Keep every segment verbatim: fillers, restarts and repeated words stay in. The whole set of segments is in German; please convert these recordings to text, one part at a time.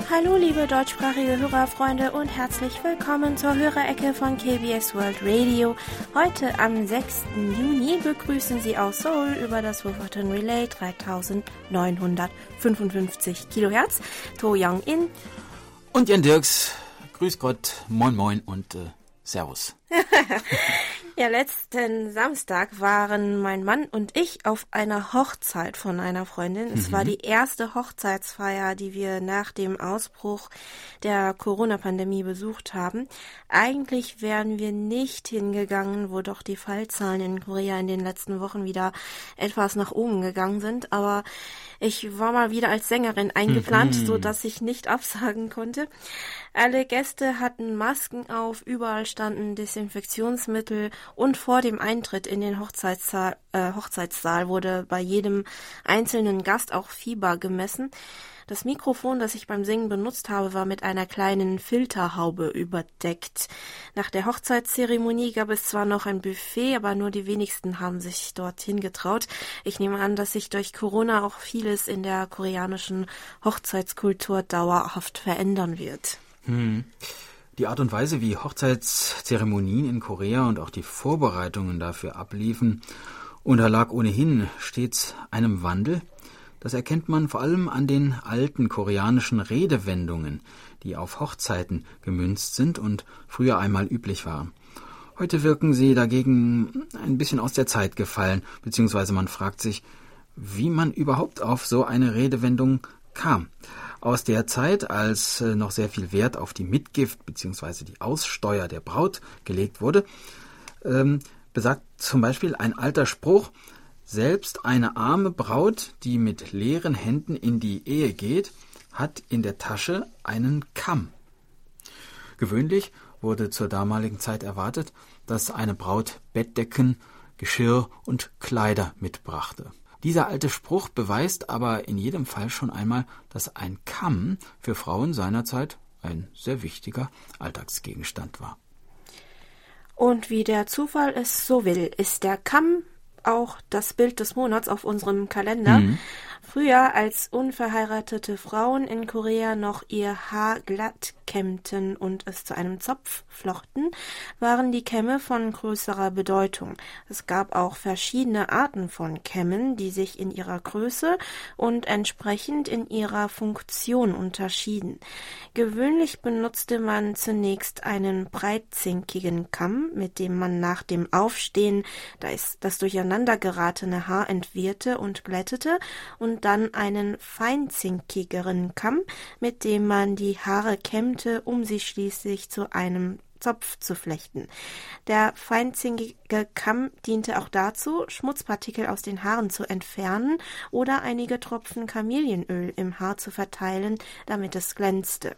Hallo liebe deutschsprachige Hörerfreunde und herzlich willkommen zur Hörerecke von K B S World Radio. Heute am sechsten Juni begrüßen Sie aus Seoul über das Wolverton Relay dreitausendneunhundertfünfundfünfzig Kilohertz To Young-in und Jan Dirks. Grüß Gott, moin moin und äh, Servus. Ja, letzten Samstag waren mein Mann und ich auf einer Hochzeit von einer Freundin. Es mhm. war die erste Hochzeitsfeier, die wir nach dem Ausbruch der Corona-Pandemie besucht haben. Eigentlich wären wir nicht hingegangen, wo doch die Fallzahlen in Korea in den letzten Wochen wieder etwas nach oben gegangen sind. Aber ich war mal wieder als Sängerin eingeplant, mhm. so dass ich nicht absagen konnte. Alle Gäste hatten Masken auf, überall standen Desinfektionsmittel und vor dem Eintritt in den Hochzeitssaal, äh, Hochzeitssaal wurde bei jedem einzelnen Gast auch Fieber gemessen. Das Mikrofon, das ich beim Singen benutzt habe, war mit einer kleinen Filterhaube überdeckt. Nach der Hochzeitszeremonie gab es zwar noch ein Buffet, aber nur die wenigsten haben sich dorthin getraut. Ich nehme an, dass sich durch Corona auch vieles in der koreanischen Hochzeitskultur dauerhaft verändern wird. Hm. Die Art und Weise, wie Hochzeitszeremonien in Korea und auch die Vorbereitungen dafür abliefen, unterlag ohnehin stets einem Wandel. Das erkennt man vor allem an den alten koreanischen Redewendungen, die auf Hochzeiten gemünzt sind und früher einmal üblich waren. Heute wirken sie dagegen ein bisschen aus der Zeit gefallen, beziehungsweise man fragt sich, wie man überhaupt auf so eine Redewendung kam. Aus der Zeit, als noch sehr viel Wert auf die Mitgift bzw. die Aussteuer der Braut gelegt wurde, ähm, besagt zum Beispiel ein alter Spruch: Selbst eine arme Braut, die mit leeren Händen in die Ehe geht, hat in der Tasche einen Kamm. Gewöhnlich wurde zur damaligen Zeit erwartet, dass eine Braut Bettdecken, Geschirr und Kleider mitbrachte. Dieser alte Spruch beweist aber in jedem Fall schon einmal, dass ein Kamm für Frauen seinerzeit ein sehr wichtiger Alltagsgegenstand war. Und wie der Zufall es so will, ist der Kamm auch das Bild des Monats auf unserem Kalender. Mhm. Früher, als unverheiratete Frauen in Korea noch ihr Haar glatt kämmten und es zu einem Zopf flochten, waren die Kämme von größerer Bedeutung. Es gab auch verschiedene Arten von Kämmen, die sich in ihrer Größe und entsprechend in ihrer Funktion unterschieden. Gewöhnlich benutzte man zunächst einen breitzinkigen Kamm, mit dem man nach dem Aufstehen das, das durcheinander geratene Haar entwirrte und glättete, und dann einen feinzinkigeren Kamm, mit dem man die Haare kämmte, um sie schließlich zu einem Zopf zu flechten. Der feinzinkige Kamm diente auch dazu, Schmutzpartikel aus den Haaren zu entfernen oder einige Tropfen Kamelienöl im Haar zu verteilen, damit es glänzte.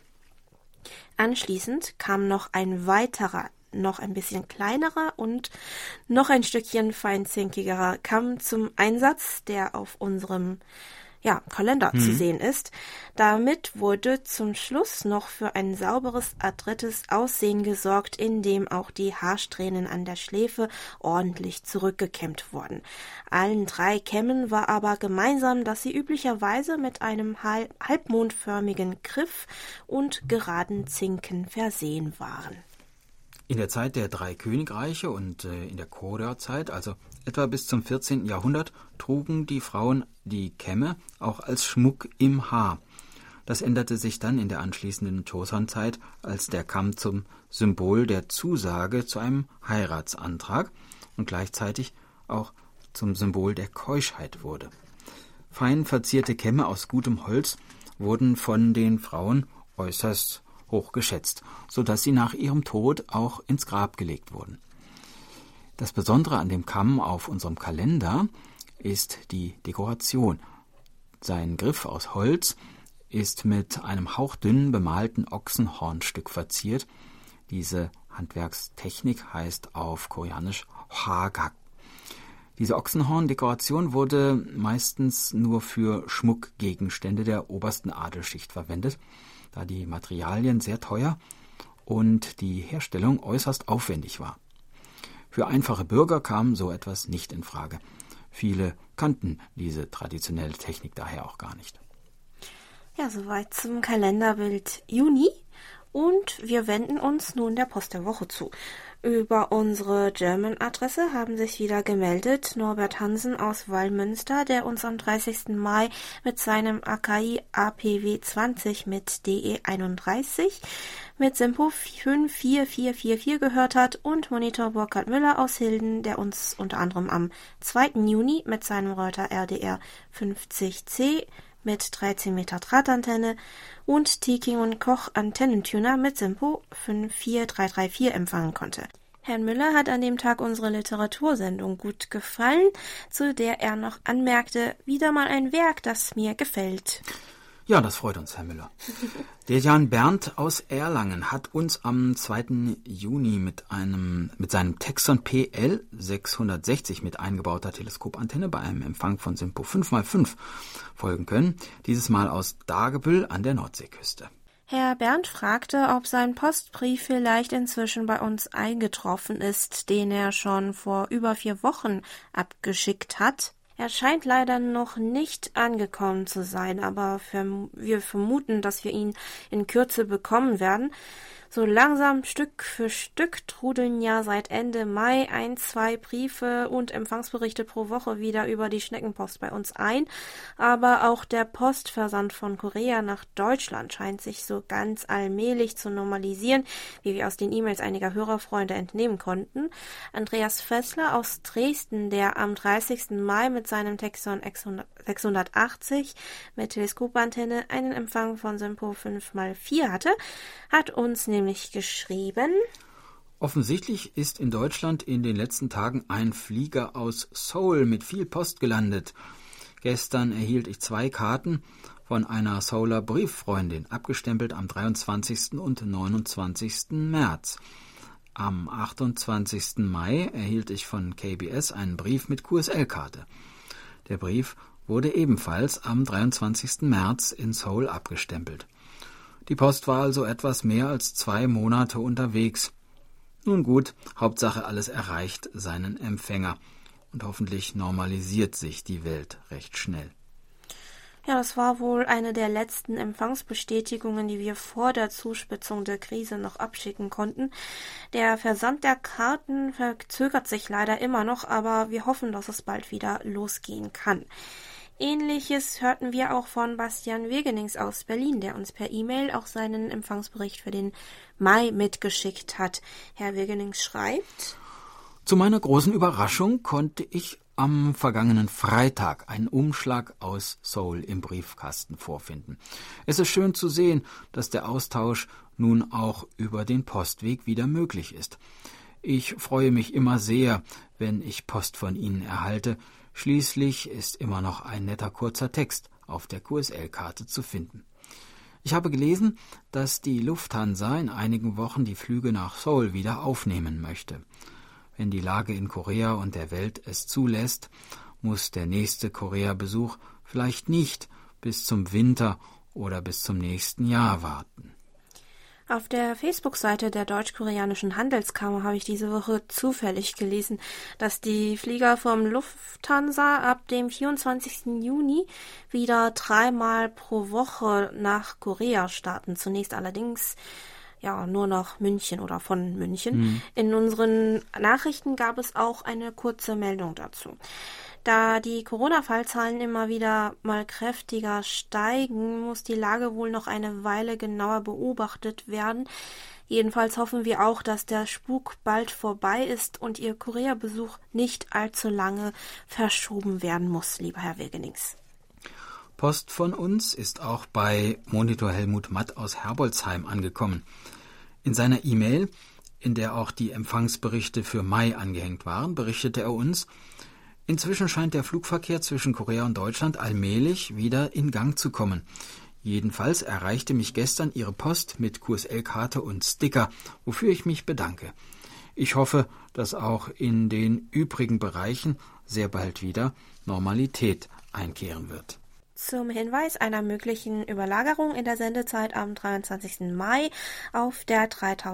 Anschließend kam noch ein weiterer, noch ein bisschen kleinerer und noch ein Stückchen feinzinkigerer Kamm zum Einsatz, der auf unserem ja, Kalender mhm. zu sehen ist. Damit wurde zum Schluss noch für ein sauberes, adrettes Aussehen gesorgt, indem auch die Haarsträhnen an der Schläfe ordentlich zurückgekämmt wurden. Allen drei Kämmen war aber gemeinsam, dass sie üblicherweise mit einem halb- halbmondförmigen Griff und geraden Zinken versehen waren. In der Zeit der drei Königreiche und äh, in der Goryeo-Zeit, also etwa bis zum vierzehnten Jahrhundert, trugen die Frauen die Kämme auch als Schmuck im Haar. Das änderte sich dann in der anschließenden Joseon-Zeit, als der Kamm zum Symbol der Zusage zu einem Heiratsantrag und gleichzeitig auch zum Symbol der Keuschheit wurde. Fein verzierte Kämme aus gutem Holz wurden von den Frauen äußerst hoch geschätzt, sodass sie nach ihrem Tod auch ins Grab gelegt wurden. Das Besondere an dem Kamm auf unserem Kalender ist die Dekoration. Sein Griff aus Holz ist mit einem hauchdünn bemalten Ochsenhornstück verziert. Diese Handwerkstechnik heißt auf Koreanisch Hwagak. Diese Ochsenhorndekoration wurde meistens nur für Schmuckgegenstände der obersten Adelschicht verwendet, da die Materialien sehr teuer und die Herstellung äußerst aufwendig war. Für einfache Bürger kam so etwas nicht in Frage. Viele kannten diese traditionelle Technik daher auch gar nicht. Ja, soweit zum Kalenderbild Juni. Und wir wenden uns nun der Post der Woche zu. Über unsere German-Adresse haben sich wieder gemeldet Norbert Hansen aus Wallmünster, der uns am dreißigsten Mai mit seinem Akai A P W zwanzig mit D E einunddreißig mit Simpo fünf vier vier vier vier gehört hat, und Monitor Burkhard Müller aus Hilden, der uns unter anderem am zweiten Juni mit seinem Reuter R D R fünfzig C mit dreizehn Meter Drahtantenne und Tiking und Koch Antennentuner mit Simpo fünf vier drei drei vier empfangen konnte. Herrn Müller hat an dem Tag unsere Literatursendung gut gefallen, zu der er noch anmerkte, wieder mal ein Werk, das mir gefällt. Ja, das freut uns, Herr Müller. Der Jan Berndt aus Erlangen hat uns am zweiten Juni mit einem mit seinem Texon P L sechshundertsechzig mit eingebauter Teleskopantenne bei einem Empfang von Simpo fünf mal fünf folgen können, dieses Mal aus Dagebüll an der Nordseeküste. Herr Berndt fragte, ob sein Postbrief vielleicht inzwischen bei uns eingetroffen ist, den er schon vor über vier Wochen abgeschickt hat. Er scheint leider noch nicht angekommen zu sein, aber wir vermuten, dass wir ihn in Kürze bekommen werden. So langsam Stück für Stück trudeln ja seit Ende Mai ein, zwei Briefe und Empfangsberichte pro Woche wieder über die Schneckenpost bei uns ein. Aber auch der Postversand von Korea nach Deutschland scheint sich so ganz allmählich zu normalisieren, wie wir aus den E-Mails einiger Hörerfreunde entnehmen konnten. Andreas Fessler aus Dresden, der am dreißigsten Mai mit seinem Texon sechshundertachtzig mit Teleskopantenne einen Empfang von Simpo fünf mal vier hatte, hat uns nämlich geschrieben: Offensichtlich ist in Deutschland in den letzten Tagen ein Flieger aus Seoul mit viel Post gelandet. Gestern erhielt ich zwei Karten von einer Seouler Brieffreundin, abgestempelt am dreiundzwanzigsten und neunundzwanzigsten März. Am achtundzwanzigsten Mai erhielt ich von K B S einen Brief mit Q S L-Karte. Der Brief wurde ebenfalls am dreiundzwanzigsten März in Seoul abgestempelt. Die Post war also etwas mehr als zwei Monate unterwegs. Nun gut, Hauptsache alles erreicht seinen Empfänger. Und hoffentlich normalisiert sich die Welt recht schnell. Ja, das war wohl eine der letzten Empfangsbestätigungen, die wir vor der Zuspitzung der Krise noch abschicken konnten. Der Versand der Karten verzögert sich leider immer noch, aber wir hoffen, dass es bald wieder losgehen kann. Ähnliches hörten wir auch von Bastian Wegenings aus Berlin, der uns per E-Mail auch seinen Empfangsbericht für den Mai mitgeschickt hat. Herr Wegenings schreibt: Zu meiner großen Überraschung konnte ich am vergangenen Freitag einen Umschlag aus Seoul im Briefkasten vorfinden. Es ist schön zu sehen, dass der Austausch nun auch über den Postweg wieder möglich ist. Ich freue mich immer sehr, wenn ich Post von Ihnen erhalte. Schließlich ist immer noch ein netter kurzer Text auf der Q S L-Karte zu finden. Ich habe gelesen, dass die Lufthansa in einigen Wochen die Flüge nach Seoul wieder aufnehmen möchte. Wenn die Lage in Korea und der Welt es zulässt, muss der nächste Korea-Besuch vielleicht nicht bis zum Winter oder bis zum nächsten Jahr warten. Auf der Facebook-Seite der Deutsch-Koreanischen Handelskammer habe ich diese Woche zufällig gelesen, dass die Flieger vom Lufthansa ab dem vierundzwanzigsten Juni wieder dreimal pro Woche nach Korea starten. Zunächst allerdings ja nur nach München oder von München. Mhm. In unseren Nachrichten gab es auch eine kurze Meldung dazu. Da die Corona-Fallzahlen immer wieder mal kräftiger steigen, muss die Lage wohl noch eine Weile genauer beobachtet werden. Jedenfalls hoffen wir auch, dass der Spuk bald vorbei ist und Ihr Korea-Besuch nicht allzu lange verschoben werden muss, lieber Herr Wegenings. Post von uns ist auch bei Monitor Helmut Matt aus Herbolzheim angekommen. In seiner E-Mail, in der auch die Empfangsberichte für Mai angehängt waren, berichtete er uns: Inzwischen scheint der Flugverkehr zwischen Korea und Deutschland allmählich wieder in Gang zu kommen. Jedenfalls erreichte mich gestern Ihre Post mit Q S L-Karte und Sticker, wofür ich mich bedanke. Ich hoffe, dass auch in den übrigen Bereichen sehr bald wieder Normalität einkehren wird. Zum Hinweis einer möglichen Überlagerung in der Sendezeit am dreiundzwanzigsten Mai auf der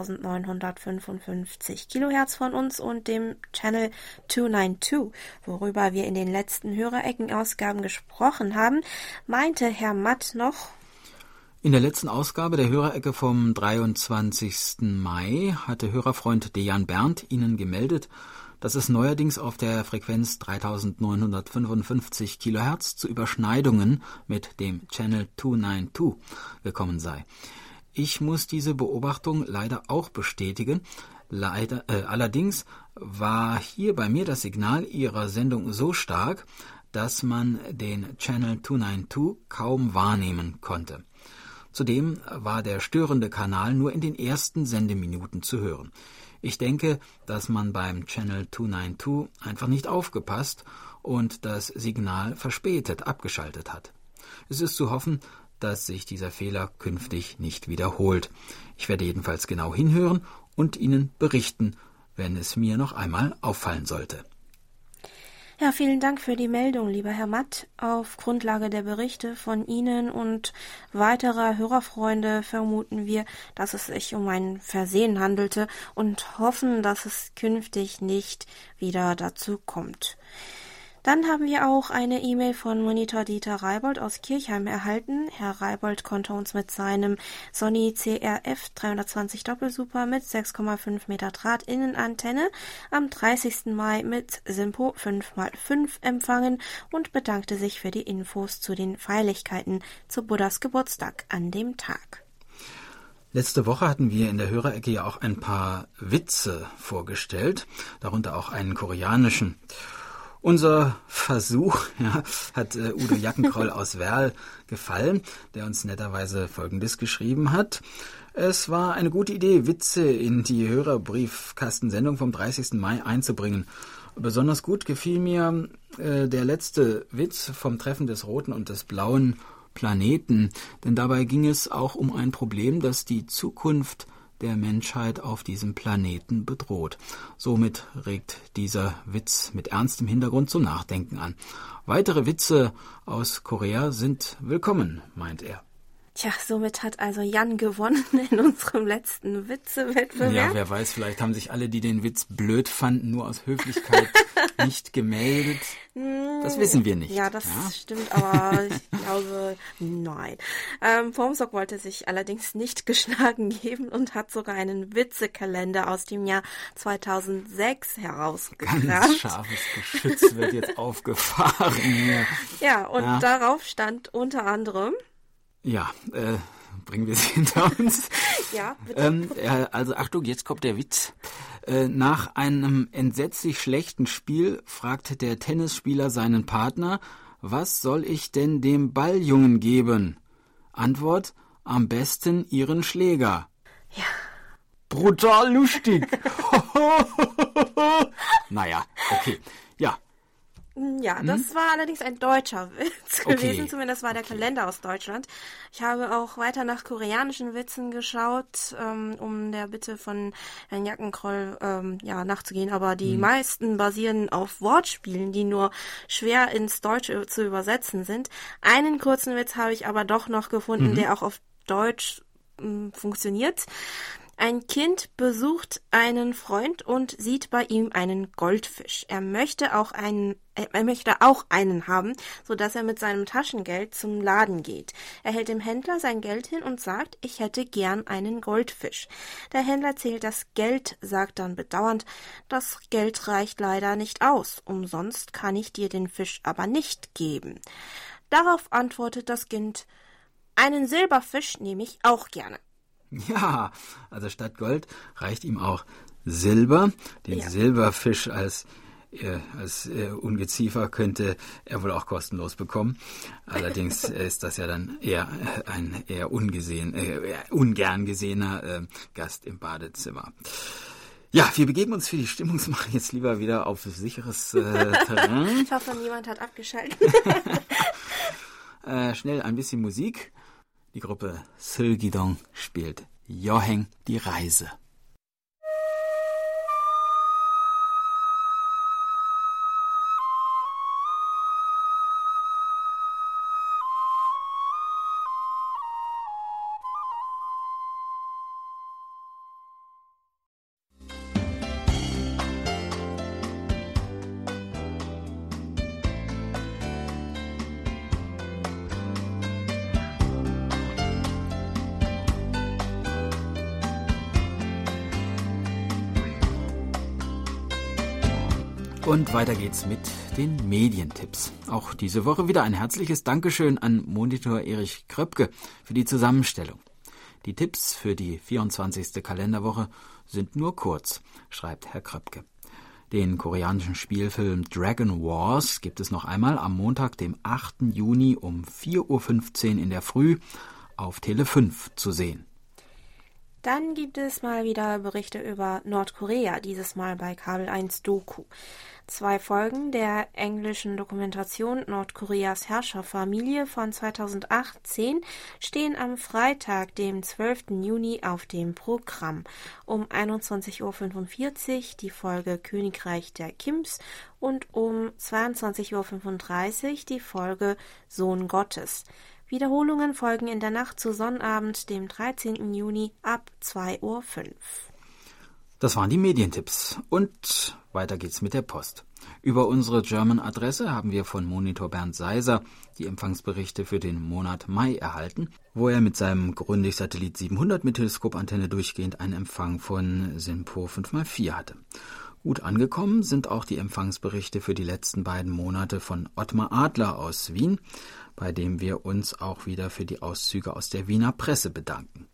dreitausendneunhundertfünfundfünfzig Kilohertz von uns und dem Channel zweihunderzweiundneunzig, worüber wir in den letzten Hörerecken-Ausgaben gesprochen haben, meinte Herr Matt noch: In der letzten Ausgabe der Hörerecke vom dreiundzwanzigsten Mai hatte Hörerfreund Dejan Berndt Ihnen gemeldet, dass es neuerdings auf der Frequenz dreitausendneunhundertfünfundfünfzig Kilohertz zu Überschneidungen mit dem Channel zweihunderzweiundneunzig gekommen sei. Ich muss diese Beobachtung leider auch bestätigen. Leider, äh, allerdings war hier bei mir das Signal Ihrer Sendung so stark, dass man den Channel zweihundertneunzig kaum wahrnehmen konnte. Zudem war der störende Kanal nur in den ersten Sendeminuten zu hören. Ich denke, dass man beim Channel zweihundertneunzig einfach nicht aufgepasst und das Signal verspätet abgeschaltet hat. Es ist zu hoffen, dass sich dieser Fehler künftig nicht wiederholt. Ich werde jedenfalls genau hinhören und Ihnen berichten, wenn es mir noch einmal auffallen sollte. Ja, vielen Dank für die Meldung, lieber Herr Matt. Auf Grundlage der Berichte von Ihnen und weiterer Hörerfreunde vermuten wir, dass es sich um ein Versehen handelte und hoffen, dass es künftig nicht wieder dazu kommt. Dann haben wir auch eine E-Mail von Monitor Dieter Reibold aus Kirchheim erhalten. Herr Reibold konnte uns mit seinem Sony C R F dreihundertzwanzig Doppelsuper mit sechs Komma fünf Meter Draht-Innenantenne am dreißigsten Mai mit Simpo fünf mal fünf empfangen und bedankte sich für die Infos zu den Feierlichkeiten zu Buddhas Geburtstag an dem Tag. Letzte Woche hatten wir in der Hörerecke ja auch ein paar Witze vorgestellt, darunter auch einen koreanischen. Unser Versuch ja, hat äh, Udo Jackenkroll aus Werl gefallen, der uns netterweise Folgendes geschrieben hat. Es war eine gute Idee, Witze in die Hörerbriefkastensendung vom dreißigsten Mai einzubringen. Besonders gut gefiel mir äh, der letzte Witz vom Treffen des roten und des blauen Planeten, denn dabei ging es auch um ein Problem, das die Zukunft der Menschheit auf diesem Planeten bedroht. Somit regt dieser Witz mit ernstem Hintergrund zum Nachdenken an. Weitere Witze aus Korea sind willkommen, meint er. Tja, somit hat also Jan gewonnen in unserem letzten Witze-Wettbewerb. Ja, wer weiß, vielleicht haben sich alle, die den Witz blöd fanden, nur aus Höflichkeit nicht gemeldet. Das wissen wir nicht. Ja, das ja? stimmt, aber ich glaube, nein. Ähm, Pomsock wollte sich allerdings nicht geschlagen geben und hat sogar einen Witzekalender aus dem Jahr zweitausendsechs herausgekramt. Ganz scharfes Geschütz wird jetzt aufgefahren hier. Ja, und ja. darauf stand unter anderem... Ja, äh, bringen wir es hinter uns. Ja, bitte. Ähm, also Achtung, jetzt kommt der Witz. Äh, nach einem entsetzlich schlechten Spiel fragte der Tennisspieler seinen Partner, was soll ich denn dem Balljungen geben? Antwort, am besten Ihren Schläger. Ja. Brutal lustig. Naja, okay. Ja. Ja, das hm? war allerdings ein deutscher Witz gewesen, okay. Zumindest war der okay. Kalender aus Deutschland. Ich habe auch weiter nach koreanischen Witzen geschaut, ähm, um der Bitte von Herrn Jackenkroll ähm, ja, nachzugehen, aber die hm. meisten basieren auf Wortspielen, die nur schwer ins Deutsche zu übersetzen sind. Einen kurzen Witz habe ich aber doch noch gefunden, mhm. der auch auf Deutsch ähm, funktioniert. Ein Kind besucht einen Freund und sieht bei ihm einen Goldfisch. Er möchte auch einen, er möchte auch einen haben, so dass er mit seinem Taschengeld zum Laden geht. Er hält dem Händler sein Geld hin und sagt, ich hätte gern einen Goldfisch. Der Händler zählt das Geld, sagt dann bedauernd, das Geld reicht leider nicht aus. Umsonst kann ich dir den Fisch aber nicht geben. Darauf antwortet das Kind, einen Silberfisch nehme ich auch gerne. Ja, also statt Gold reicht ihm auch Silber. Den ja. Silberfisch als, äh, als äh, Ungeziefer könnte er wohl auch kostenlos bekommen. Allerdings ist das ja dann eher ein eher ungesehen, äh, ungern gesehener äh, Gast im Badezimmer. Ja, wir begeben uns für die Stimmungsmache jetzt lieber wieder auf sicheres äh, Terrain. Ich hoffe, niemand hat abgeschaltet. äh, schnell ein bisschen Musik. Die Gruppe Seulgidong spielt Yoheng die Reise. Und weiter geht's mit den Medientipps. Auch diese Woche wieder ein herzliches Dankeschön an Monitor Erich Kröpke für die Zusammenstellung. Die Tipps für die vierundzwanzigste Kalenderwoche sind nur kurz, schreibt Herr Kröpke. Den koreanischen Spielfilm Dragon Wars gibt es noch einmal am Montag, dem achten Juni um vier Uhr fünfzehn in der Früh auf Tele fünf zu sehen. Dann gibt es mal wieder Berichte über Nordkorea, dieses Mal bei Kabel eins Doku. Zwei Folgen der englischen Dokumentation Nordkoreas Herrscherfamilie von zweitausendachtzehn stehen am Freitag, dem zwölften Juni, auf dem Programm. Um einundzwanzig Uhr fünfundvierzig die Folge Königreich der Kims und um zweiundzwanzig Uhr fünfunddreißig die Folge Sohn Gottes. Wiederholungen folgen in der Nacht zu Sonnabend, dem dreizehnten Juni ab zwei Uhr fünf. Das waren die Medientipps. Und weiter geht's mit der Post. Über unsere German-Adresse haben wir von Monitor Bernd Seiser die Empfangsberichte für den Monat Mai erhalten, wo er mit seinem Grundig-Satellit siebenhundert mit Teleskopantenne durchgehend einen Empfang von SINPO fünf mal vier hatte. Gut angekommen sind auch die Empfangsberichte für die letzten beiden Monate von Ottmar Adler aus Wien, bei dem wir uns auch wieder für die Auszüge aus der Wiener Presse bedanken.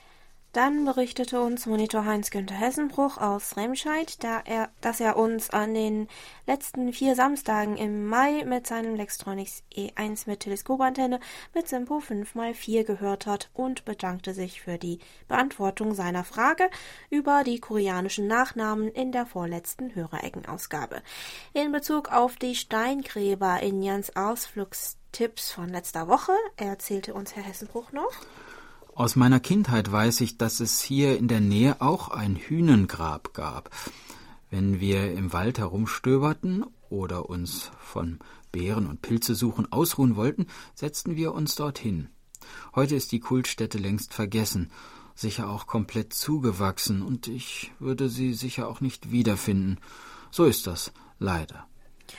Dann berichtete uns Monitor Heinz-Günther Hessenbruch aus Remscheid, da er, dass er uns an den letzten vier Samstagen im Mai mit seinem Lextronics E eins mit Teleskopantenne mit SINPO fünf mal vier gehört hat und bedankte sich für die Beantwortung seiner Frage über die koreanischen Nachnamen in der vorletzten Hörereckenausgabe. In Bezug auf die Steingräber in Jans Ausflugstipps von letzter Woche erzählte uns Herr Hessenbruch noch: Aus meiner Kindheit weiß ich, dass es hier in der Nähe auch ein Hünengrab gab. Wenn wir im Wald herumstöberten oder uns von Beeren und Pilzesuchen ausruhen wollten, setzten wir uns dorthin. Heute ist die Kultstätte längst vergessen, sicher auch komplett zugewachsen, und ich würde sie sicher auch nicht wiederfinden. So ist das, leider.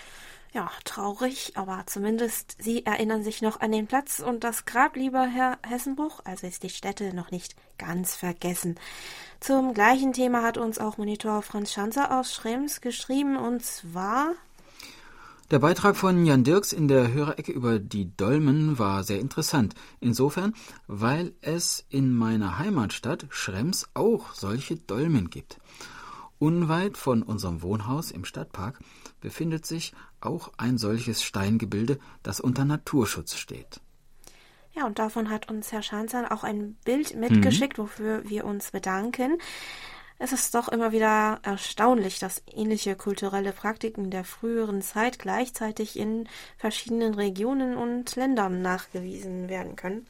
Ja, traurig, aber zumindest Sie erinnern sich noch an den Platz und das Grab, lieber Herr Hessenbruch, also ist die Stätte noch nicht ganz vergessen. Zum gleichen Thema hat uns auch Monitor Franz Schanzer aus Schrems geschrieben, und zwar: Der Beitrag von Jan Dirks in der Hörerecke über die Dolmen war sehr interessant. Insofern, weil es in meiner Heimatstadt Schrems auch solche Dolmen gibt. Unweit von unserem Wohnhaus im Stadtpark befindet sich auch ein solches Steingebilde, das unter Naturschutz steht. Ja, und davon hat uns Herr Schanzer auch ein Bild mitgeschickt, mhm. wofür wir uns bedanken. Es ist doch immer wieder erstaunlich, dass ähnliche kulturelle Praktiken der früheren Zeit gleichzeitig in verschiedenen Regionen und Ländern nachgewiesen werden können.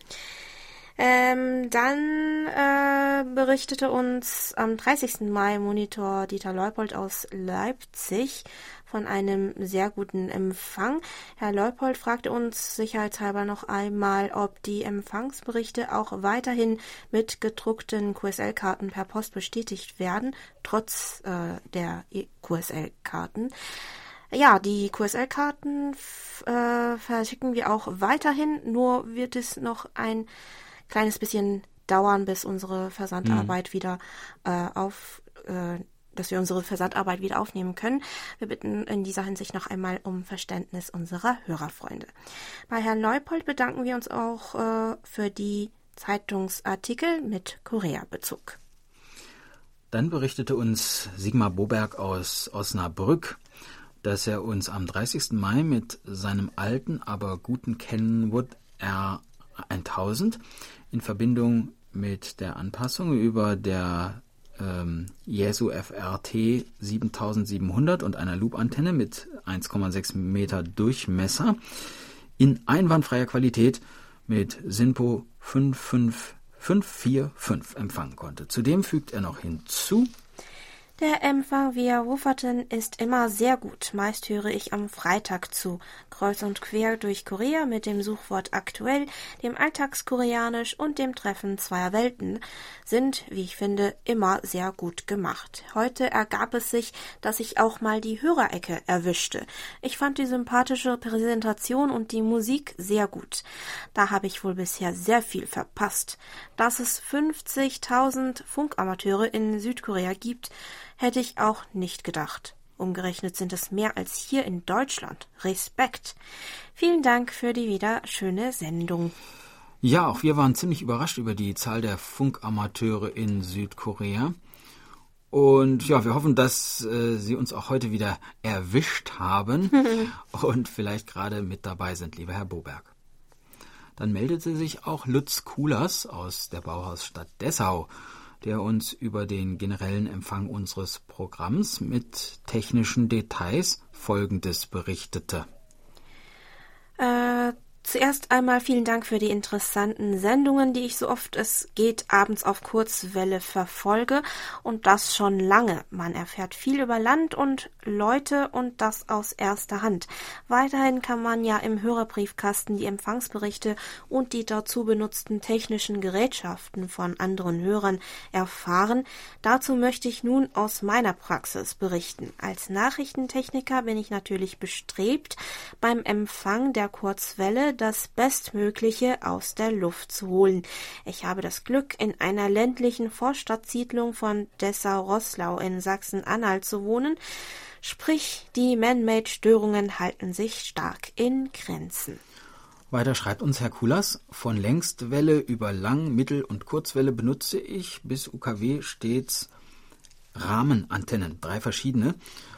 Ähm, dann äh, berichtete uns am dreißigsten Mai Monitor Dieter Leupold aus Leipzig von einem sehr guten Empfang. Herr Leupold fragte uns sicherheitshalber noch einmal, ob die Empfangsberichte auch weiterhin mit gedruckten Q S L-Karten per Post bestätigt werden, trotz äh, der Q S L-Karten. Ja, die Q S L-Karten f- äh, verschicken wir auch weiterhin, nur wird es noch ein kleines bisschen dauern, bis unsere Versandarbeit mhm. wieder äh, auf, äh, dass wir unsere Versandarbeit wieder aufnehmen können. Wir bitten in dieser Hinsicht noch einmal um Verständnis unserer Hörerfreunde. Bei Herrn Leupold bedanken wir uns auch äh, für die Zeitungsartikel mit Korea-Bezug. Dann berichtete uns Sigmar Boberg aus Osnabrück, dass er uns am dreißigsten Mai mit seinem alten, aber guten Kenwood R tausend in Verbindung mit der Anpassung über der ähm, Yaesu F R T siebentausendsiebenhundert und einer Loop-Antenne mit eins Komma sechs Meter Durchmesser in einwandfreier Qualität mit SINPO fünf fünf fünf vier fünf empfangen konnte. Zudem fügt er noch hinzu: Der Empfang via Wufferton ist immer sehr gut. Meist höre ich am Freitag zu. Kreuz und quer durch Korea mit dem Suchwort aktuell, dem Alltagskoreanisch und dem Treffen zweier Welten sind, wie ich finde, immer sehr gut gemacht. Heute ergab es sich, dass ich auch mal die Hörerecke erwischte. Ich fand die sympathische Präsentation und die Musik sehr gut. Da habe ich wohl bisher sehr viel verpasst. Dass es fünfzigtausend Funkamateure in Südkorea gibt, hätte ich auch nicht gedacht. Umgerechnet sind es mehr als hier in Deutschland. Respekt. Vielen Dank für die wieder schöne Sendung. Ja, auch wir waren ziemlich überrascht über die Zahl der Funkamateure in Südkorea. Und ja, wir hoffen, dass äh, Sie uns auch heute wieder erwischt haben und vielleicht gerade mit dabei sind, lieber Herr Boberg. Dann meldete sich auch Lutz Kulas aus der Bauhausstadt Dessau, der uns über den generellen Empfang unseres Programms mit technischen Details Folgendes berichtete. Äh, zuerst einmal vielen Dank für die interessanten Sendungen, die ich so oft es geht abends auf Kurzwelle verfolge und das schon lange. Man erfährt viel über Land und Leute und das aus erster Hand. Weiterhin kann man ja im Hörerbriefkasten die Empfangsberichte und die dazu benutzten technischen Gerätschaften von anderen Hörern erfahren. Dazu möchte ich nun aus meiner Praxis berichten. Als Nachrichtentechniker bin ich natürlich bestrebt, beim Empfang der Kurzwelle das Bestmögliche aus der Luft zu holen. Ich habe das Glück, in einer ländlichen Vorstadtsiedlung von Dessau-Roßlau in Sachsen-Anhalt zu wohnen. Sprich, die Man-Made-Störungen halten sich stark in Grenzen. Weiter schreibt uns Herr Kulas, von Längstwelle über Lang-, Mittel- und Kurzwelle benutze ich bis U K W stets Rahmenantennen, drei verschiedene,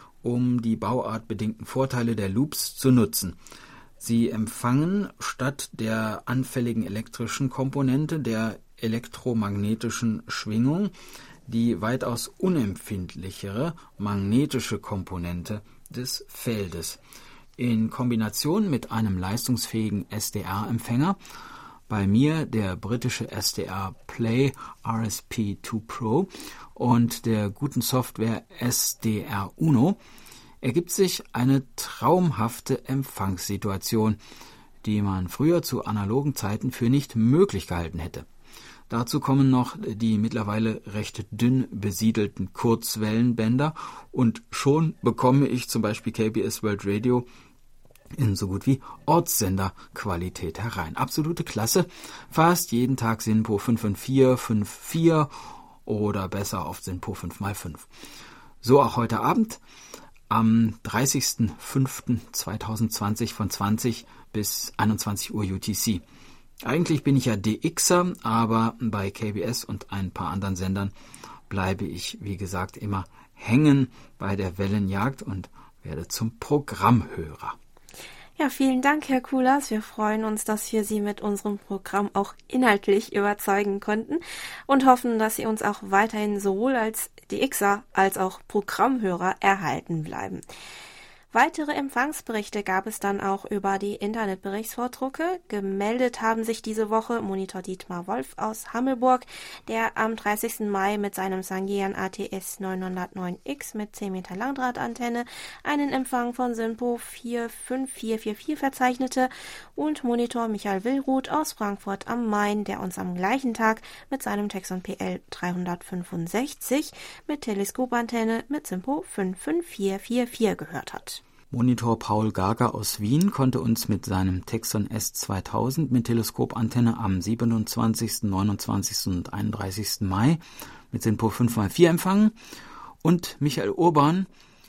um die bauartbedingten Vorteile der Loops zu nutzen. Sie empfangen statt der anfälligen elektrischen Komponente der elektromagnetischen Schwingung die weitaus unempfindlichere magnetische Komponente des Feldes. In Kombination mit einem leistungsfähigen S D R-Empfänger, bei mir der britische S D R Play R S P zwei Pro und der guten Software S D R Uno, ergibt sich eine traumhafte Empfangssituation, die man früher zu analogen Zeiten für nicht möglich gehalten hätte. Dazu kommen noch die mittlerweile recht dünn besiedelten Kurzwellenbänder und schon bekomme ich zum Beispiel K B S World Radio in so gut wie Ortssenderqualität herein. Absolute Klasse, fast jeden Tag SINPO fünf fünf vier fünf vier oder besser oft SINPO fünf mal fünf. So auch heute Abend am dreißigsten fünften zweitausendzwanzig von zwanzig bis einundzwanzig Uhr U T C. Eigentlich bin ich ja D Xer, aber bei K B S und ein paar anderen Sendern bleibe ich, wie gesagt, immer hängen bei der Wellenjagd und werde zum Programmhörer. Ja, vielen Dank, Herr Kulas. Wir freuen uns, dass wir Sie mit unserem Programm auch inhaltlich überzeugen konnten und hoffen, dass Sie uns auch weiterhin sowohl als D Xer als auch Programmhörer erhalten bleiben. Weitere Empfangsberichte gab es dann auch über die Internetberichtsvordrucke. Gemeldet haben sich diese Woche Monitor Dietmar Wolf aus Hammelburg, der am dreißigsten Mai mit seinem Sangean A T S neunhundertneun X mit zehn Meter Langdrahtantenne einen Empfang von SINPO vier fünf vier vier vier verzeichnete, und Monitor Michael Willruth aus Frankfurt am Main, der uns am gleichen Tag mit seinem Texon P L dreihundertfünfundsechzig mit Teleskopantenne mit SINPO fünf fünf vier vier vier gehört hat. Monitor Paul Gager aus Wien konnte uns mit seinem Texon S zweitausend mit Teleskopantenne am siebenundzwanzigsten, neunundzwanzigsten und einunddreißigsten Mai mit SINPO fünf mal vier empfangen, und Michael Urban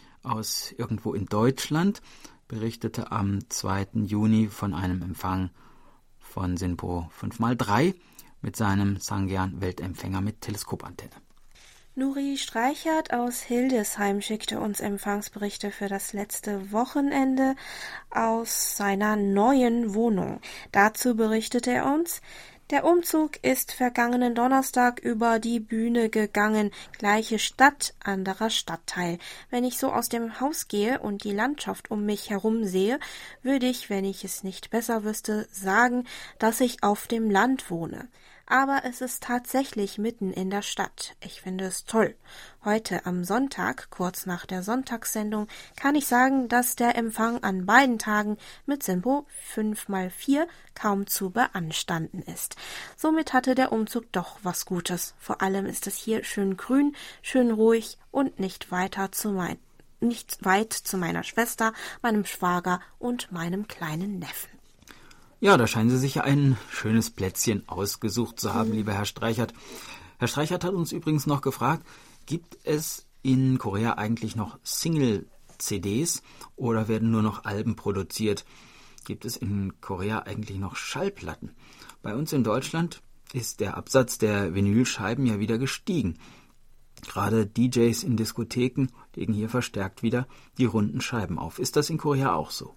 aus irgendwo in Deutschland berichtete am zweiten Juni von einem Empfang von SINPO fünf mal drei mit seinem Sangean Weltempfänger mit Teleskopantenne. Nuri Streichert aus Hildesheim schickte uns Empfangsberichte für das letzte Wochenende aus seiner neuen Wohnung. Dazu berichtete er uns: Der Umzug ist vergangenen Donnerstag über die Bühne gegangen. Gleiche Stadt, anderer Stadtteil. Wenn ich so aus dem Haus gehe und die Landschaft um mich herum sehe, würde ich, wenn ich es nicht besser wüsste, sagen, dass ich auf dem Land wohne. Aber es ist tatsächlich mitten in der Stadt. Ich finde es toll. Heute am Sonntag, kurz nach der Sonntagssendung, kann ich sagen, dass der Empfang an beiden Tagen mit SINPO fünf mal vier kaum zu beanstanden ist. Somit hatte der Umzug doch was Gutes. Vor allem ist es hier schön grün, schön ruhig und nicht weiter zu mein, nicht weit zu meiner Schwester, meinem Schwager und meinem kleinen Neffen. Ja, da scheinen Sie sich ja ein schönes Plätzchen ausgesucht zu haben, mhm. lieber Herr Streichert. Herr Streichert hat uns übrigens noch gefragt, gibt es in Korea eigentlich noch Single C Ds oder werden nur noch Alben produziert? Gibt es in Korea eigentlich noch Schallplatten? Bei uns in Deutschland ist der Absatz der Vinylscheiben ja wieder gestiegen. Gerade D Js in Diskotheken legen hier verstärkt wieder die runden Scheiben auf. Ist das in Korea auch so?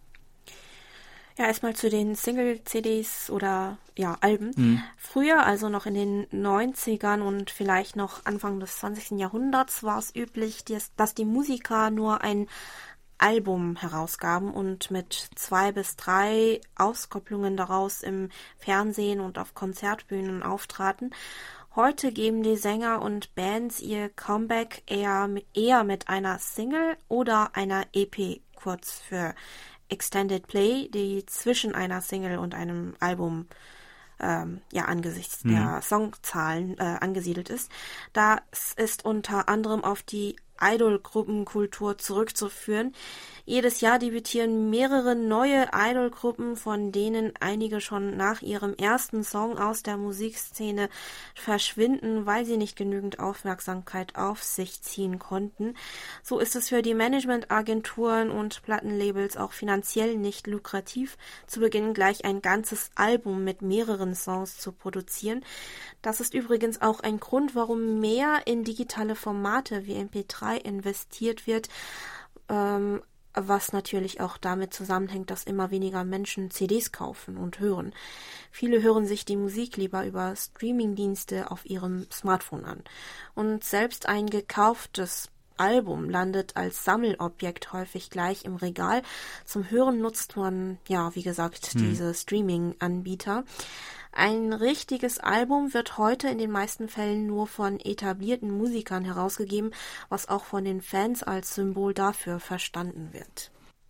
Ja, erstmal zu den Single-C Ds oder ja, Alben. Mhm. Früher, also noch in den neunzigern und vielleicht noch Anfang des zwanzigsten Jahrhunderts, war es üblich, dass die Musiker nur ein Album herausgaben und mit zwei bis drei Auskopplungen daraus im Fernsehen und auf Konzertbühnen auftraten. Heute geben die Sänger und Bands ihr Comeback eher, eher mit einer Single oder einer E P, kurz für Extended Play, die zwischen einer Single und einem Album ähm, ja angesichts mhm. der Songzahlen äh, angesiedelt ist. Das ist unter anderem auf die Idol-Gruppenkultur zurückzuführen. Jedes Jahr debütieren mehrere neue Idol-Gruppen, von denen einige schon nach ihrem ersten Song aus der Musikszene verschwinden, weil sie nicht genügend Aufmerksamkeit auf sich ziehen konnten. So ist es für die Managementagenturen und Plattenlabels auch finanziell nicht lukrativ, zu Beginn gleich ein ganzes Album mit mehreren Songs zu produzieren. Das ist übrigens auch ein Grund, warum mehr in digitale Formate wie M P drei investiert wird, ähm, was natürlich auch damit zusammenhängt, dass immer weniger Menschen C Ds kaufen und hören. Viele hören sich die Musik lieber über Streamingdienste auf ihrem Smartphone an. Und selbst ein gekauftes Album landet als Sammelobjekt häufig gleich im Regal. Zum Hören nutzt man, ja, wie gesagt, hm. diese Streaming-Anbieter. Ein richtiges Album wird heute in den meisten Fällen nur von etablierten Musikern herausgegeben, was auch von den Fans als Symbol dafür verstanden wird.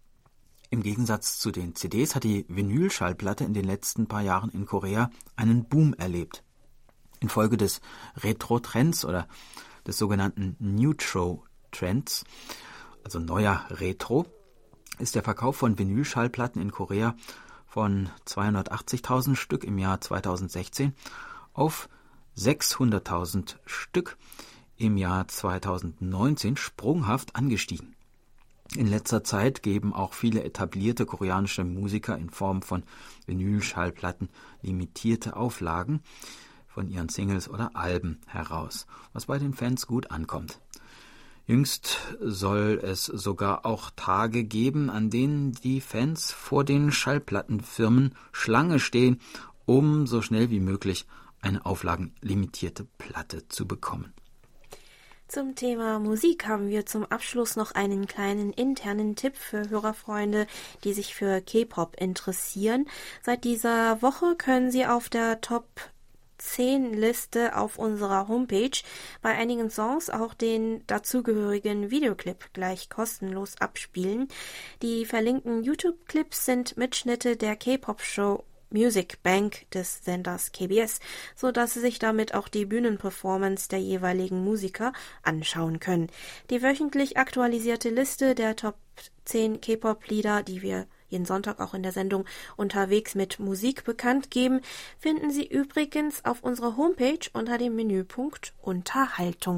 Im Gegensatz zu den C Ds hat die Vinylschallplatte in den letzten paar Jahren in Korea einen Boom erlebt. Infolge des Retro-Trends oder des sogenannten Newtro-Trends, also neuer Retro, ist der Verkauf von Vinylschallplatten in Korea von zweihundertachtzigtausend Stück im Jahr zweitausendsechzehn auf sechshunderttausend Stück im Jahr zweitausendneunzehn sprunghaft angestiegen. In letzter Zeit geben auch viele etablierte koreanische Musiker in Form von Vinylschallplatten limitierte Auflagen von ihren Singles oder Alben heraus, was bei den Fans gut ankommt. Jüngst soll es sogar auch Tage geben, an denen die Fans vor den Schallplattenfirmen Schlange stehen, um so schnell wie möglich eine auflagenlimitierte Platte zu bekommen. Zum Thema Musik haben wir zum Abschluss noch einen kleinen internen Tipp für Hörerfreunde, die sich für K-Pop interessieren. Seit dieser Woche können Sie auf der Top zehn Liste auf unserer Homepage bei einigen Songs auch den dazugehörigen Videoclip gleich kostenlos abspielen. Die verlinkten YouTube-Clips sind Mitschnitte der K-Pop-Show Music Bank des Senders K B S, so dass Sie sich damit auch die Bühnenperformance der jeweiligen Musiker anschauen können. Die wöchentlich aktualisierte Liste der Top zehn K-Pop-Lieder, die wir jeden Sonntag auch in der Sendung Unterwegs mit Musik bekannt geben, finden Sie übrigens auf unserer Homepage unter dem Menüpunkt Unterhaltung.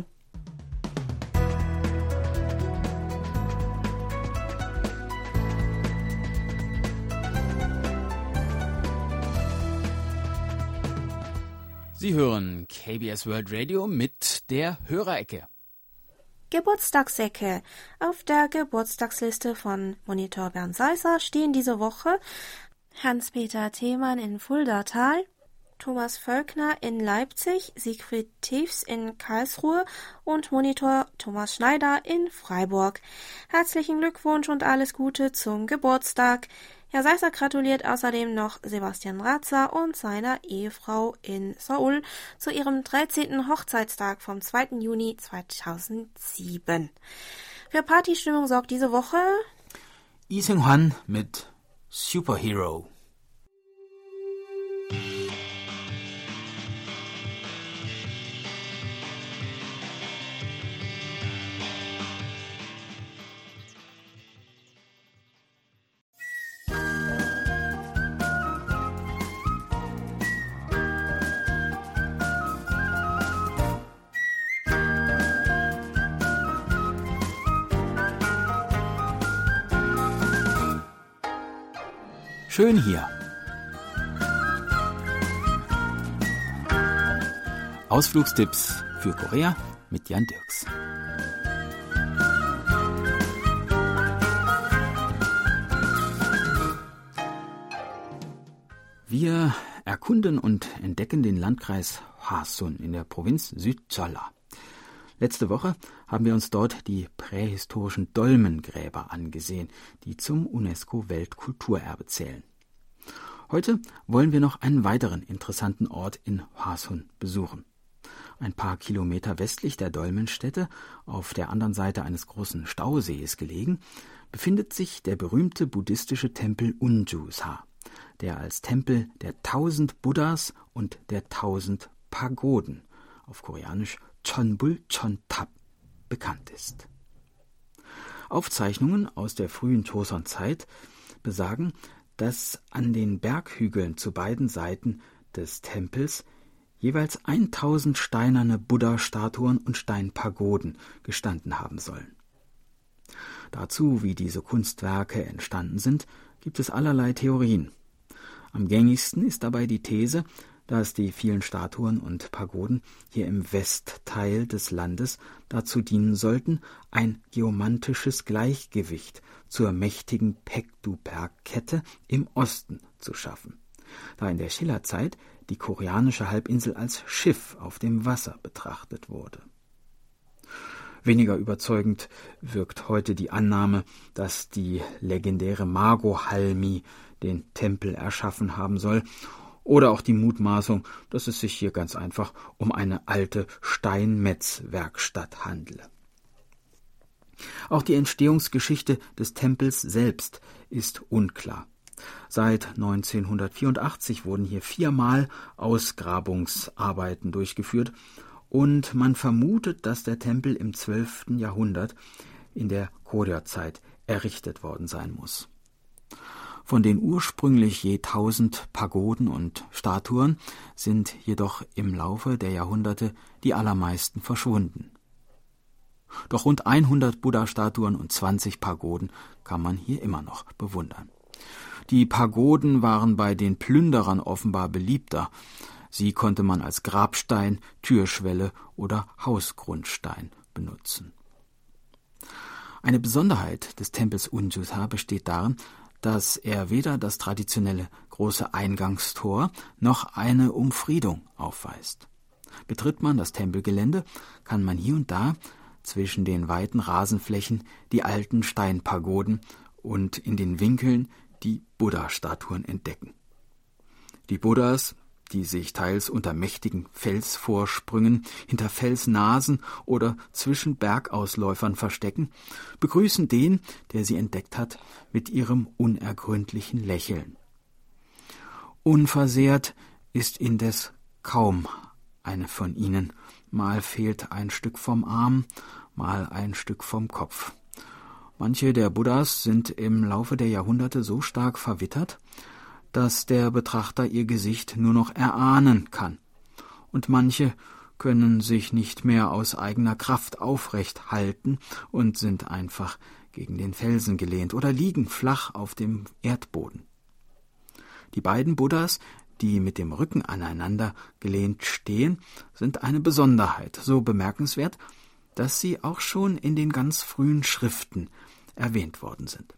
Sie hören K B S World Radio mit der Hörerecke. Geburtstagsecke. Auf der Geburtstagsliste von Monitor Bernd Seisser stehen diese Woche Hans-Peter Themann in Fuldatal, Thomas Völkner in Leipzig, Siegfried Tiefs in Karlsruhe und Monitor Thomas Schneider in Freiburg. Herzlichen Glückwunsch und alles Gute zum Geburtstag. Herr Seisser gratuliert außerdem noch Sebastian Ratzer und seiner Ehefrau in Seoul zu ihrem dreizehnten Hochzeitstag vom zweiten Juni zweitausendsieben. Für Partystimmung sorgt diese Woche Lee Seung-hwan mit Superhero. Schön hier. Ausflugstipps für Korea mit Jan Dirks. Wir erkunden und entdecken den Landkreis Hwasun in der Provinz Südjeolla. Letzte Woche haben wir uns dort die prähistorischen Dolmengräber angesehen, die zum UNESCO-Weltkulturerbe zählen. Heute wollen wir noch einen weiteren interessanten Ort in Hwasun besuchen. Ein paar Kilometer westlich der Dolmenstätte, auf der anderen Seite eines großen Stausees gelegen, befindet sich der berühmte buddhistische Tempel Unjusa, der als Tempel der tausend Buddhas und der tausend Pagoden, auf Koreanisch Chonbul Chontap, bekannt ist. Aufzeichnungen aus der frühen Joseon-Zeit besagen, dass an den Berghügeln zu beiden Seiten des Tempels jeweils tausend steinerne Buddha-Statuen und Steinpagoden gestanden haben sollen. Dazu, wie diese Kunstwerke entstanden sind, gibt es allerlei Theorien. Am gängigsten ist dabei die These, dass die vielen Statuen und Pagoden hier im Westteil des Landes dazu dienen sollten, ein geomantisches Gleichgewicht zur mächtigen Paektu-Bergkette im Osten zu schaffen, da in der Schillerzeit die koreanische Halbinsel als Schiff auf dem Wasser betrachtet wurde. Weniger überzeugend wirkt heute die Annahme, dass die legendäre Mago-Halmi den Tempel erschaffen haben soll, oder auch die Mutmaßung, dass es sich hier ganz einfach um eine alte Steinmetzwerkstatt handele. Auch die Entstehungsgeschichte des Tempels selbst ist unklar. Seit neunzehnhundertvierundachtzig wurden hier viermal Ausgrabungsarbeiten durchgeführt und man vermutet, dass der Tempel im zwölften Jahrhundert in der Goryeo-Zeit errichtet worden sein muss. Von den ursprünglich je tausend Pagoden und Statuen sind jedoch im Laufe der Jahrhunderte die allermeisten verschwunden. Doch rund hundert Buddha-Statuen und zwanzig Pagoden kann man hier immer noch bewundern. Die Pagoden waren bei den Plünderern offenbar beliebter. Sie konnte man als Grabstein, Türschwelle oder Hausgrundstein benutzen. Eine Besonderheit des Tempels Unjusa besteht darin, dass er weder das traditionelle große Eingangstor noch eine Umfriedung aufweist. Betritt man das Tempelgelände, kann man hier und da zwischen den weiten Rasenflächen die alten Steinpagoden und in den Winkeln die Buddha-Statuen entdecken. Die Buddhas, die sich teils unter mächtigen Felsvorsprüngen, hinter Felsnasen oder zwischen Bergausläufern verstecken, begrüßen den, der sie entdeckt hat, mit ihrem unergründlichen Lächeln. Unversehrt ist indes kaum eine von ihnen. Mal fehlt ein Stück vom Arm, mal ein Stück vom Kopf. Manche der Buddhas sind im Laufe der Jahrhunderte so stark verwittert, dass der Betrachter ihr Gesicht nur noch erahnen kann. Und manche können sich nicht mehr aus eigener Kraft aufrecht halten und sind einfach gegen den Felsen gelehnt oder liegen flach auf dem Erdboden. Die beiden Buddhas, die mit dem Rücken aneinander gelehnt stehen, sind eine Besonderheit, so bemerkenswert, dass sie auch schon in den ganz frühen Schriften erwähnt worden sind.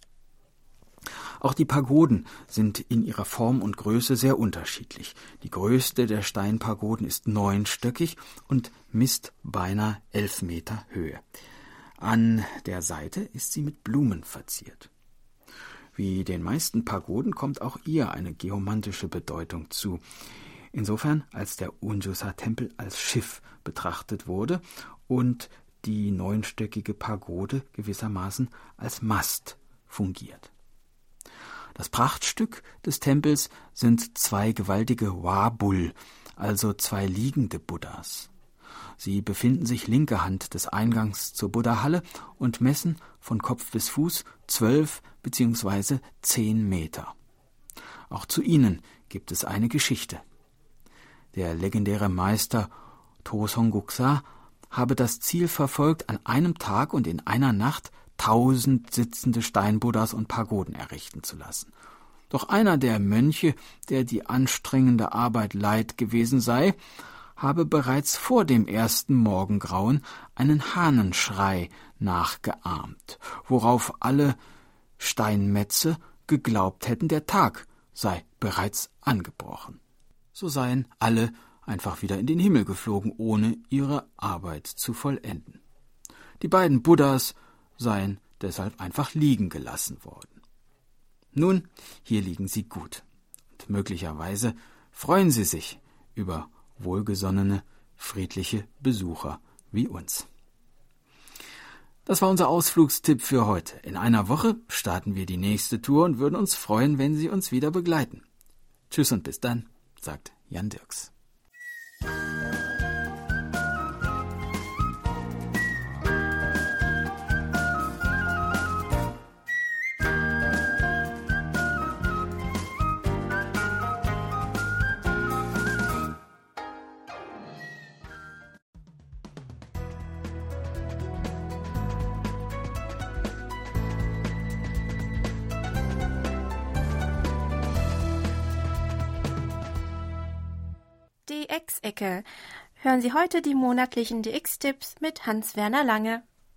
Auch die Pagoden sind in ihrer Form und Größe sehr unterschiedlich. Die größte der Steinpagoden ist neunstöckig und misst beinahe elf Meter Höhe. An der Seite ist sie mit Blumen verziert. Wie den meisten Pagoden kommt auch ihr eine geomantische Bedeutung zu. Insofern, als der Unjusa-Tempel als Schiff betrachtet wurde und die neunstöckige Pagode gewissermaßen als Mast fungiert. Das Prachtstück des Tempels sind zwei gewaltige Wabul, also zwei liegende Buddhas. Sie befinden sich linke Hand des Eingangs zur Buddha-Halle und messen von Kopf bis Fuß zwölf bzw. zehn Meter. Auch zu ihnen gibt es eine Geschichte. Der legendäre Meister Toseong-guksa habe das Ziel verfolgt, an einem Tag und in einer Nacht tausend sitzende Steinbuddhas und Pagoden errichten zu lassen. Doch einer der Mönche, der die anstrengende Arbeit leid gewesen sei, habe bereits vor dem ersten Morgengrauen einen Hahnenschrei nachgeahmt, worauf alle Steinmetze geglaubt hätten, der Tag sei bereits angebrochen. So seien alle einfach wieder in den Himmel geflogen, ohne ihre Arbeit zu vollenden. Die beiden Buddhas seien deshalb einfach liegen gelassen worden. Nun, hier liegen sie gut, und möglicherweise freuen sie sich über wohlgesonnene, friedliche Besucher wie uns. Das war unser Ausflugstipp für heute. In einer Woche starten wir die nächste Tour und würden uns freuen, wenn Sie uns wieder begleiten. Tschüss und bis dann, sagt Jan Dirks. Die Ex-Ecke. Hören Sie heute die monatlichen D X-Tipps mit Hans-Werner Lange.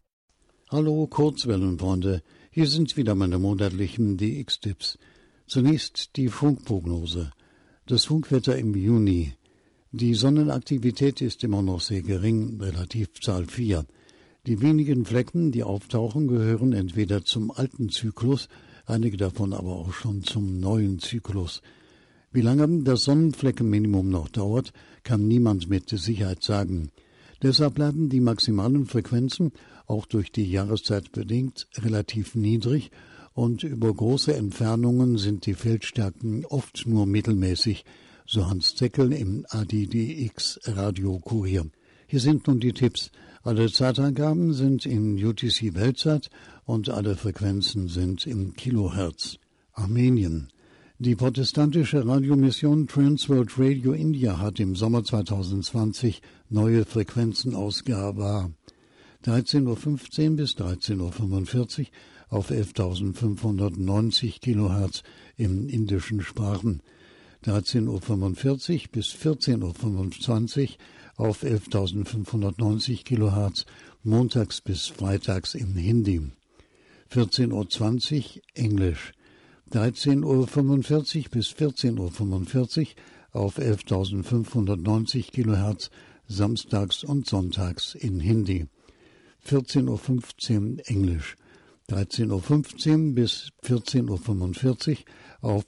Hallo Kurzwellenfreunde, hier sind wieder meine monatlichen D X-Tipps. Zunächst die Funkprognose. Das Funkwetter im Juni. Die Sonnenaktivität ist immer noch sehr gering, Relativzahl vier. Die wenigen Flecken, die auftauchen, gehören entweder zum alten Zyklus, einige davon aber auch schon zum neuen Zyklus. Wie lange das Sonnenfleckenminimum noch dauert, kann niemand mit Sicherheit sagen. Deshalb bleiben die maximalen Frequenzen, auch durch die Jahreszeit bedingt, relativ niedrig und über große Entfernungen sind die Feldstärken oft nur mittelmäßig, so Hans Zeckel im A D D X Radio-Kurier. Hier sind nun die Tipps. Alle Zeitangaben sind in U T C-Weltzeit und alle Frequenzen sind im Kilohertz. Armenien. Die protestantische Radiomission Transworld Radio India hat im Sommer zweitausendzwanzig neue Frequenzen ausgewahl. dreizehn Uhr fünfzehn bis dreizehn Uhr fünfundvierzig auf elftausendfünfhundertneunzig Kilohertz in indischen Sprachen, dreizehn Uhr fünfundvierzig bis vierzehn Uhr fünfundzwanzig auf elftausendfünfhundertneunzig Kilohertz montags bis freitags in Hindi, vierzehn Uhr zwanzig Englisch, dreizehn Uhr fünfundvierzig bis vierzehn Uhr fünfundvierzig auf elftausendfünfhundertneunzig Kilohertz samstags und sonntags in Hindi, vierzehn Uhr fünfzehn Englisch, dreizehn Uhr fünfzehn bis vierzehn Uhr fünfundvierzig auf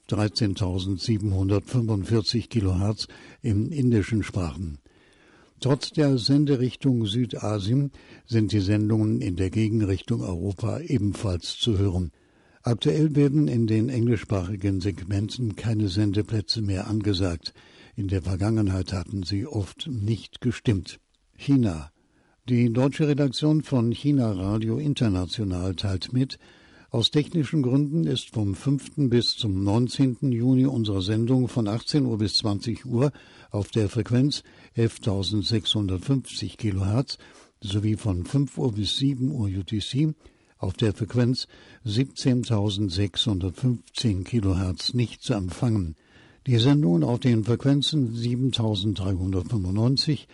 dreizehntausendsiebenhundertfünfundvierzig Kilohertz in indischen Sprachen. Trotz der Senderichtung Südasien sind die Sendungen in der Gegenrichtung Europa ebenfalls zu hören. Aktuell werden in den englischsprachigen Segmenten keine Sendeplätze mehr angesagt. In der Vergangenheit hatten sie oft nicht gestimmt. China. Die deutsche Redaktion von China Radio International teilt mit, aus technischen Gründen ist vom fünften bis zum neunzehnten Juni unsere Sendung von achtzehn Uhr bis zwanzig Uhr auf der Frequenz elftausendsechshundertfünfzig Kilohertz sowie von fünf Uhr bis sieben Uhr U T C auf der Frequenz siebzehntausendsechshundertfünfzehn Kilohertz nicht zu empfangen. Die Sendungen auf den Frequenzen siebentausenddreihundertfünfundneunzig,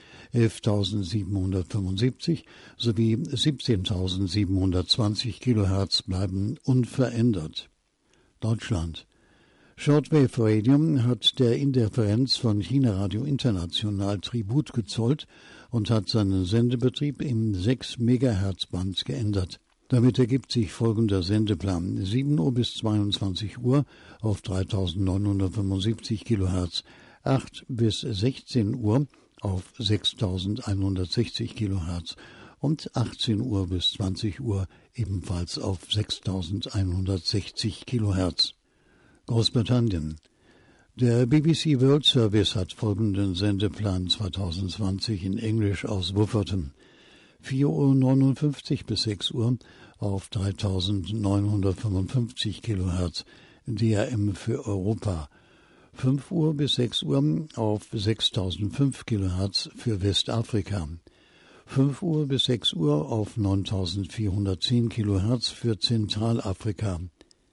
elftausendsiebenhundertfünfundsiebzig sowie siebzehntausendsiebenhundertzwanzig Kilohertz bleiben unverändert. Deutschland. Shortwave Radio hat der Interferenz von China Radio International Tribut gezollt und hat seinen Sendebetrieb im sechs Megahertz Band geändert. Damit ergibt sich folgender Sendeplan: sieben Uhr bis zweiundzwanzig Uhr auf dreitausendneunhundertfünfundsiebzig Kilohertz, acht bis sechzehn Uhr auf sechstausendeinhundertsechzig Kilohertz und achtzehn Uhr bis zwanzig Uhr ebenfalls auf sechstausendeinhundertsechzig Kilohertz. Großbritannien. Der B B C World Service hat folgenden Sendeplan zweitausendzwanzig in Englisch aus Wufferton: vier Uhr neunundfünfzig bis sechs Uhr auf dreitausendneunhundertfünfundfünfzig Kilohertz, D R M für Europa, fünf Uhr bis sechs Uhr auf sechstausendfünf Kilohertz für Westafrika, fünf Uhr bis sechs Uhr auf neuntausendvierhundertzehn Kilohertz für Zentralafrika,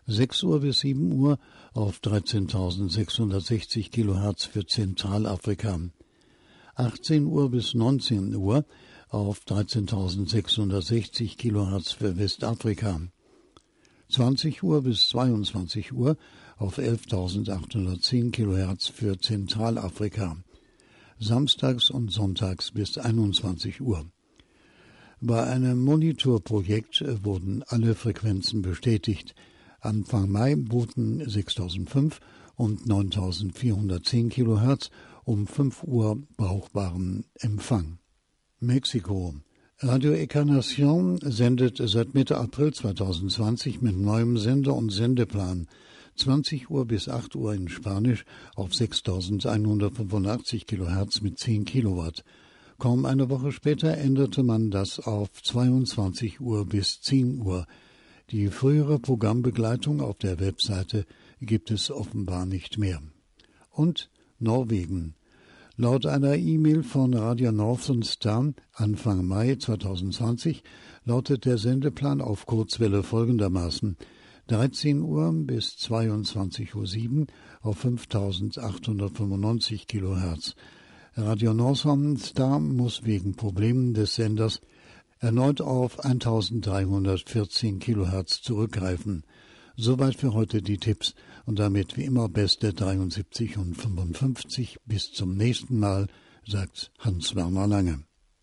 sechs Uhr bis sieben Uhr auf dreizehntausendsechshundertsechzig Kilohertz für Zentralafrika, achtzehn Uhr bis neunzehn Uhr auf dreizehntausendsechshundertsechzig Kilohertz für Westafrika, zwanzig Uhr bis zweiundzwanzig Uhr auf elftausendachthundertzehn Kilohertz für Zentralafrika, samstags und sonntags bis einundzwanzig Uhr. Bei einem Monitorprojekt wurden alle Frequenzen bestätigt. Anfang Mai boten sechstausendfünf und neuntausendvierhundertzehn Kilohertz um fünf Uhr brauchbaren Empfang. Mexiko. Radio Encarnación sendet seit Mitte April zweitausendzwanzig mit neuem Sender und Sendeplan. zwanzig Uhr bis acht Uhr in Spanisch auf sechstausendeinhundertfünfundachtzig Kilohertz mit zehn Kilowatt. Kaum eine Woche später änderte man das auf zweiundzwanzig Uhr bis zehn Uhr. Die frühere Programmbegleitung auf der Webseite gibt es offenbar nicht mehr. Und Norwegen. Laut einer E-Mail von Radio Northern Star Anfang Mai zweitausendzwanzig lautet der Sendeplan auf Kurzwelle folgendermaßen: dreizehn Uhr bis zweiundzwanzig Uhr sieben auf fünftausendachthundertfünfundneunzig Kilohertz. Radio Northern Star muss wegen Problemen des Senders erneut auf eintausenddreihundertvierzehn Kilohertz zurückgreifen. Soweit für heute die Tipps und damit wie immer beste dreiundsiebzig und fünfundfünfzig. Bis zum nächsten Mal, sagt Hans-Werner Lange.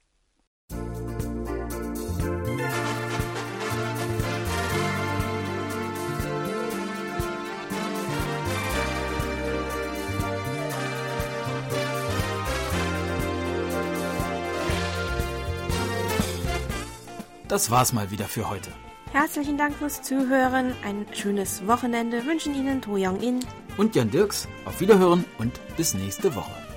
Das war's mal wieder für heute. Herzlichen Dank fürs Zuhören. Ein schönes Wochenende wünschen Ihnen To Young In und Jan Dirks. Auf Wiederhören und bis nächste Woche.